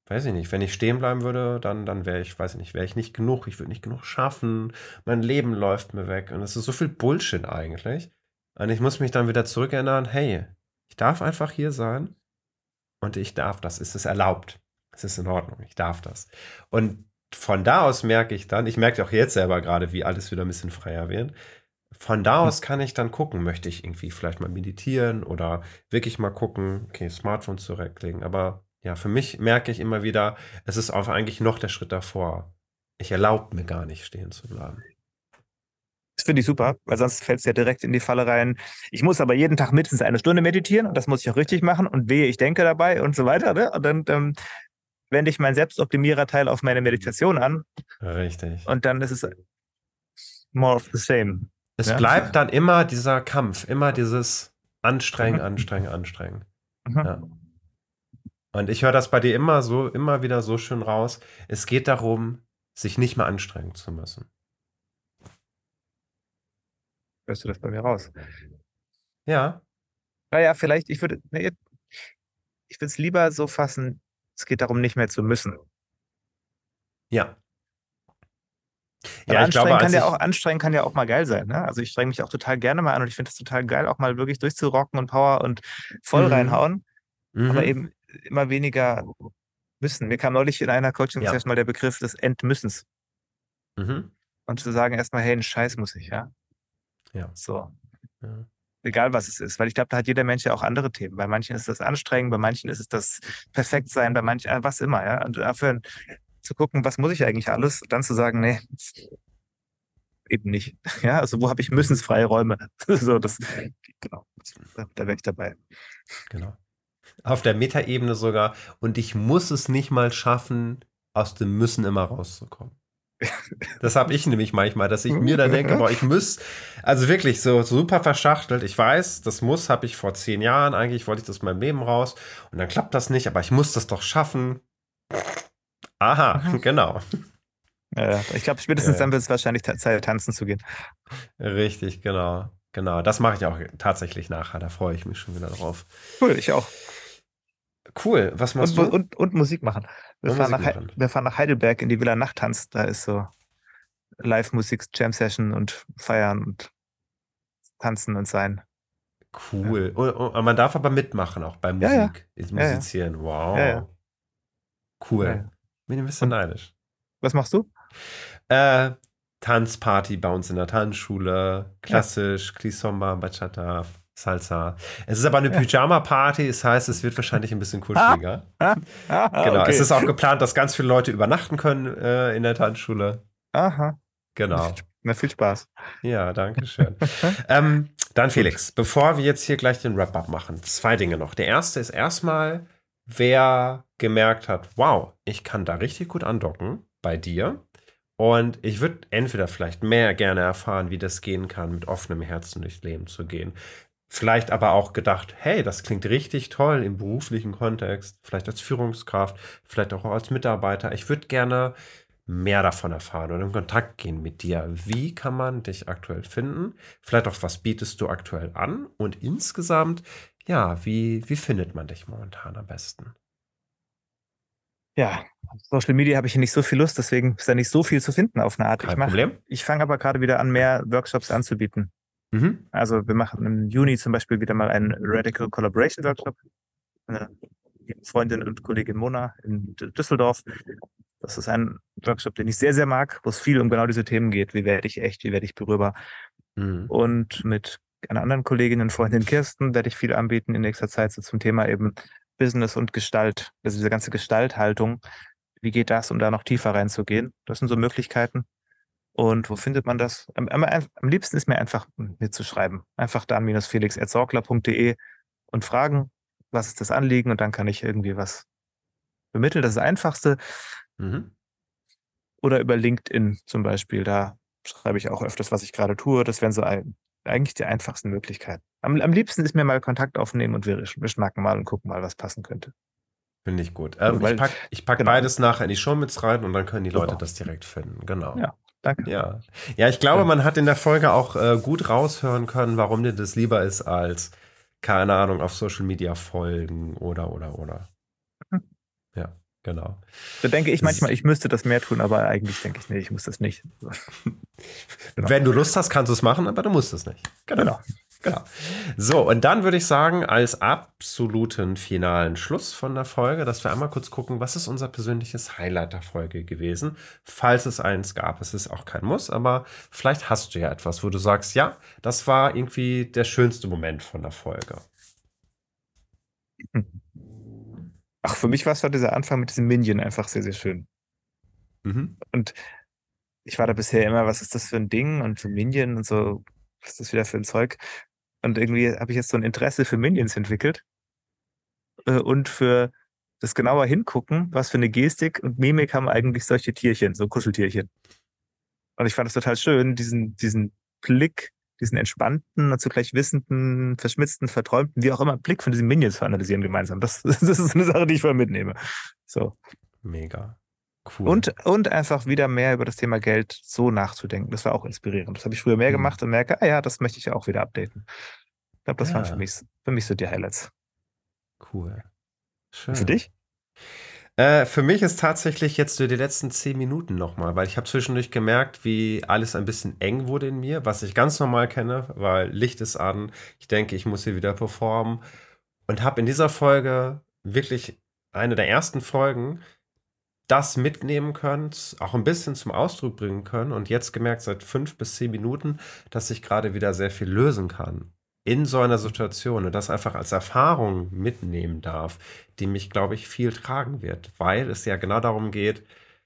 weiß ich nicht, wenn ich stehen bleiben würde, dann wäre ich, weiß ich nicht, wäre ich nicht genug, ich würde nicht genug schaffen, mein Leben läuft mir weg und es ist so viel Bullshit eigentlich. Und ich muss mich dann wieder zurückerinnern, hey, ich darf einfach hier sein und ich darf das, es ist erlaubt, es ist in Ordnung, ich darf das. Und von da aus merke ich dann, ich merke auch jetzt selber gerade, wie alles wieder ein bisschen freier wird. Von da aus kann ich dann gucken, möchte ich irgendwie vielleicht mal meditieren oder wirklich mal gucken, okay, Smartphone zurücklegen. Aber ja, für mich merke ich immer wieder, es ist auch eigentlich noch der Schritt davor. Ich erlaube mir gar nicht stehen zu bleiben. Das finde ich super, weil sonst fällt es ja direkt in die Falle rein. Ich muss aber jeden Tag mindestens eine Stunde meditieren und das muss ich auch richtig machen und wehe, ich denke dabei und so weiter. Ne? Und dann wende ich meinen Selbstoptimierer-Teil auf meine Meditation an Richtig. und dann ist es more of the same. Es Ja? bleibt dann immer dieser Kampf, immer dieses Anstrengen, Mhm. Anstrengen, Anstrengen. Mhm. Ja. Und ich höre das bei dir immer wieder so schön raus. Es geht darum, sich nicht mehr anstrengen zu müssen. Hörst du das bei mir raus? Ja, Naja, vielleicht, ich würde es lieber so fassen, es geht darum, nicht mehr zu müssen. ja. Weil Ja, ich glaube, anstrengend kann ja auch mal geil sein. Ne? Also ich strenge mich auch total gerne mal an und ich finde das total geil, auch mal wirklich durchzurocken und Power und voll Mhm. reinhauen, aber Mhm. eben immer weniger müssen. Mir kam neulich in einer Ja. Coaching-Session mal der Begriff des Entmüssens. Mhm. Und zu sagen erstmal, hey, einen Scheiß muss ich, ja. Ja. So. Ja. Egal was es ist. Weil ich glaube, da hat jeder Mensch ja auch andere Themen. Bei manchen ist das anstrengend, bei manchen ist es das Perfektsein, bei manchen, was immer, ja. Und dafür zu gucken, was muss ich eigentlich alles, dann zu sagen, nee, eben nicht. Ja, also wo habe ich müssensfreie Räume? So, genau, da wäre ich dabei. Genau. Auf der Metaebene sogar. Und ich muss es nicht mal schaffen, aus dem Müssen immer rauszukommen. Das habe ich nämlich manchmal, dass ich mir dann denke, boah, ich muss, also wirklich so super verschachtelt. Ich weiß, das muss, habe ich vor 10 Jahren, eigentlich wollte ich das in meinem Leben raus. Und dann klappt das nicht, aber ich muss das doch schaffen. Aha, genau. Ich glaube, spätestens Ja, dann wird es wahrscheinlich Zeit, tanzen zu gehen. richtig, genau. Genau, das mache ich auch tatsächlich nachher. Da freue ich mich schon wieder drauf. Cool, ich auch. Cool, was machst Und, du? und Musik machen. Und Musik machen. Wir fahren nach Heidelberg in die Villa Nachttanz. Da ist so Live-Musik, Jam-Session und feiern und tanzen und sein. Ja, Cool. Und man darf aber mitmachen, auch bei ja, ja, Musik. Jetzt ja, ja, musizieren. ja, ja. Wow. Ja, Cool. ja. Bin ein bisschen Und neidisch. was machst du? Äh, Tanzparty bei uns in der Tanzschule. Ja, Klassisch, Kizomba, Bachata, Salsa. Es ist aber eine ja. Pyjama-Party, das heißt, es wird wahrscheinlich ein bisschen kuscheliger. Genau, es Okay. ist auch geplant, dass ganz viele Leute übernachten können in der Tanzschule. Aha. Genau. Na, viel Spaß. Ja, danke schön. Dann Gut. Felix, bevor wir jetzt hier gleich den Wrap-up machen, 2 Dinge noch. Der erste ist erstmal, wer gemerkt hat, wow, ich kann da richtig gut andocken bei dir. Und ich würde entweder vielleicht mehr gerne erfahren, wie das gehen kann, mit offenem Herzen durchs Leben zu gehen. Vielleicht aber auch gedacht, hey, das klingt richtig toll im beruflichen Kontext, vielleicht als Führungskraft, vielleicht auch als Mitarbeiter. Ich würde gerne mehr davon erfahren oder in Kontakt gehen mit dir. Wie kann man dich aktuell finden? Vielleicht auch, was bietest du aktuell an? Und insgesamt, ja, wie findet man dich momentan am besten? Ja, auf Social Media habe ich hier nicht so viel Lust, deswegen ist da nicht so viel zu finden auf eine Art. Kein Problem. Ich fange aber gerade wieder an, mehr Workshops anzubieten. Mhm. Also wir machen im Juni zum Beispiel wieder mal einen Radical Collaboration Workshop. Eine Freundin und Kollegin Mona in Düsseldorf. Das ist ein Workshop, den ich sehr, sehr mag, wo es viel um genau diese Themen geht. Wie werde ich echt, wie werde ich berührbar? Mhm. Und mit einer anderen Kollegin und Freundin Kirsten werde ich viel anbieten in nächster Zeit so zum Thema eben Business und Gestalt. Also diese ganze Gestalthaltung. Wie geht das, um da noch tiefer reinzugehen? Das sind so Möglichkeiten. Und wo findet man das? Am liebsten ist mir einfach mitzuschreiben. Einfach dan-felix@sorgler.de und fragen, was ist das Anliegen? Und dann kann ich irgendwie was vermitteln. Das ist das Einfachste. Mhm. Oder über LinkedIn zum Beispiel. Da schreibe ich auch öfters, was ich gerade tue. Das wären so eigentlich die einfachsten Möglichkeiten. Am liebsten ist mir mal Kontakt aufnehmen und wir schnacken mal und gucken mal, was passen könnte. Finde ich gut. Weil, Ich pack genau, beides nachher in die Shownotes rein und dann können die Leute super. das direkt finden. Genau. Ja, danke. Ja. Ja, ich glaube, man hat in der Folge auch gut raushören können, warum dir das lieber ist als, keine Ahnung, auf Social Media folgen oder. Hm. Ja. Genau. Da denke ich manchmal, ich müsste das mehr tun, aber eigentlich denke ich, nee, ich muss das nicht. Genau. Wenn du Lust hast, kannst du es machen, aber du musst es nicht. Genau. Genau. So, und dann würde ich sagen, als absoluten finalen Schluss von der Folge, dass wir einmal kurz gucken, was ist unser persönliches Highlight der Folge gewesen, falls es eins gab. Es ist auch kein Muss, aber vielleicht hast du ja etwas, wo du sagst, ja, das war irgendwie der schönste Moment von der Folge. Ach, für mich war es dieser Anfang mit diesem Minion einfach sehr, sehr schön. Mhm. Und ich war da bisher immer, was ist das für ein Ding und für Minion und so, was ist das wieder für ein Zeug? Und irgendwie habe ich jetzt so ein Interesse für Minions entwickelt und für das genauer hingucken, was für eine Gestik und Mimik haben eigentlich solche Tierchen, so Kuscheltierchen. Und ich fand es total schön, diesen Blick, diesen entspannten und zugleich wissenden, verschmitzten, verträumten, wie auch immer, Blick von diesen Minions zu analysieren gemeinsam. Das ist eine Sache, die ich voll mitnehme. So. Mega. Cool. Und einfach wieder mehr über das Thema Geld so nachzudenken. Das war auch inspirierend. Das habe ich früher mehr gemacht und merke, ja, das möchte ich ja auch wieder updaten. Ich glaube, das waren für mich so die Highlights. Cool. Schön. Und für dich? Für mich ist tatsächlich jetzt so die letzten 10 Minuten nochmal, weil ich habe zwischendurch gemerkt, wie alles ein bisschen eng wurde in mir, was ich ganz normal kenne, weil Licht ist an, ich denke, ich muss hier wieder performen und habe in dieser Folge wirklich eine der ersten Folgen das mitnehmen können, auch ein bisschen zum Ausdruck bringen können und jetzt gemerkt seit 5 bis 10 Minuten, dass ich gerade wieder sehr viel lösen kann in so einer Situation und das einfach als Erfahrung mitnehmen darf, die mich, glaube ich, viel tragen wird, weil es ja genau darum geht,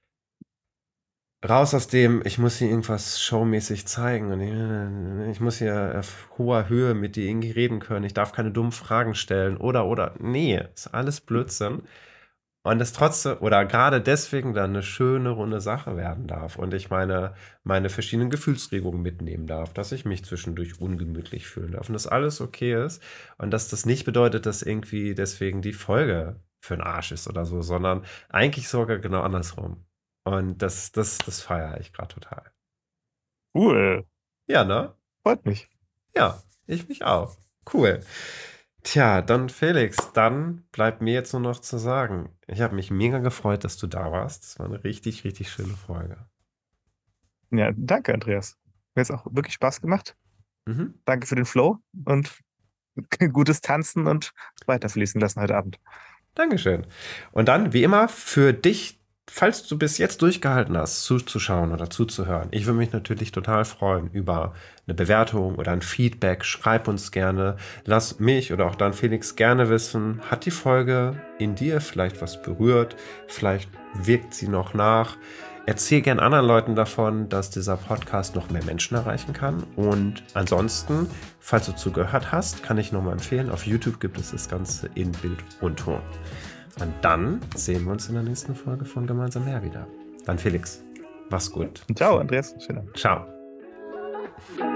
raus aus dem, ich muss hier irgendwas showmäßig zeigen und ich muss hier auf hoher Höhe mit dir irgendwie reden können, ich darf keine dummen Fragen stellen oder, nee, ist alles Blödsinn. Und es trotzdem oder gerade deswegen dann eine schöne, runde Sache werden darf. Und ich meine verschiedenen Gefühlsregungen mitnehmen darf, dass ich mich zwischendurch ungemütlich fühlen darf und dass alles okay ist. Und dass das nicht bedeutet, dass irgendwie deswegen die Folge für den Arsch ist oder so, sondern eigentlich sogar genau andersrum. Und das feiere ich gerade total. Cool. Ja, ne? Freut mich. Ja, ich mich auch. Cool. Tja, dann Felix, dann bleibt mir jetzt nur noch zu sagen, ich habe mich mega gefreut, dass du da warst. Das war eine richtig, richtig schöne Folge. Ja, danke, Andreas. Mir hat es auch wirklich Spaß gemacht. Mhm. Danke für den Flow und gutes Tanzen und weiterfließen lassen heute Abend. Dankeschön. Und dann, wie immer, für dich, falls du bis jetzt durchgehalten hast, zuzuschauen oder zuzuhören. Ich würde mich natürlich total freuen über eine Bewertung oder ein Feedback. Schreib uns gerne. Lass mich oder auch dann Felix gerne wissen, hat die Folge in dir vielleicht was berührt? Vielleicht wirkt sie noch nach. Erzähl gern anderen Leuten davon, dass dieser Podcast noch mehr Menschen erreichen kann. Und ansonsten, falls du zugehört hast, kann ich nochmal empfehlen, auf YouTube gibt es das Ganze in Bild und Ton. Und dann sehen wir uns in der nächsten Folge von Gemeinsam mehr wieder. Dann Felix, mach's gut. Ciao, Andreas. Schönen Abend. Ciao.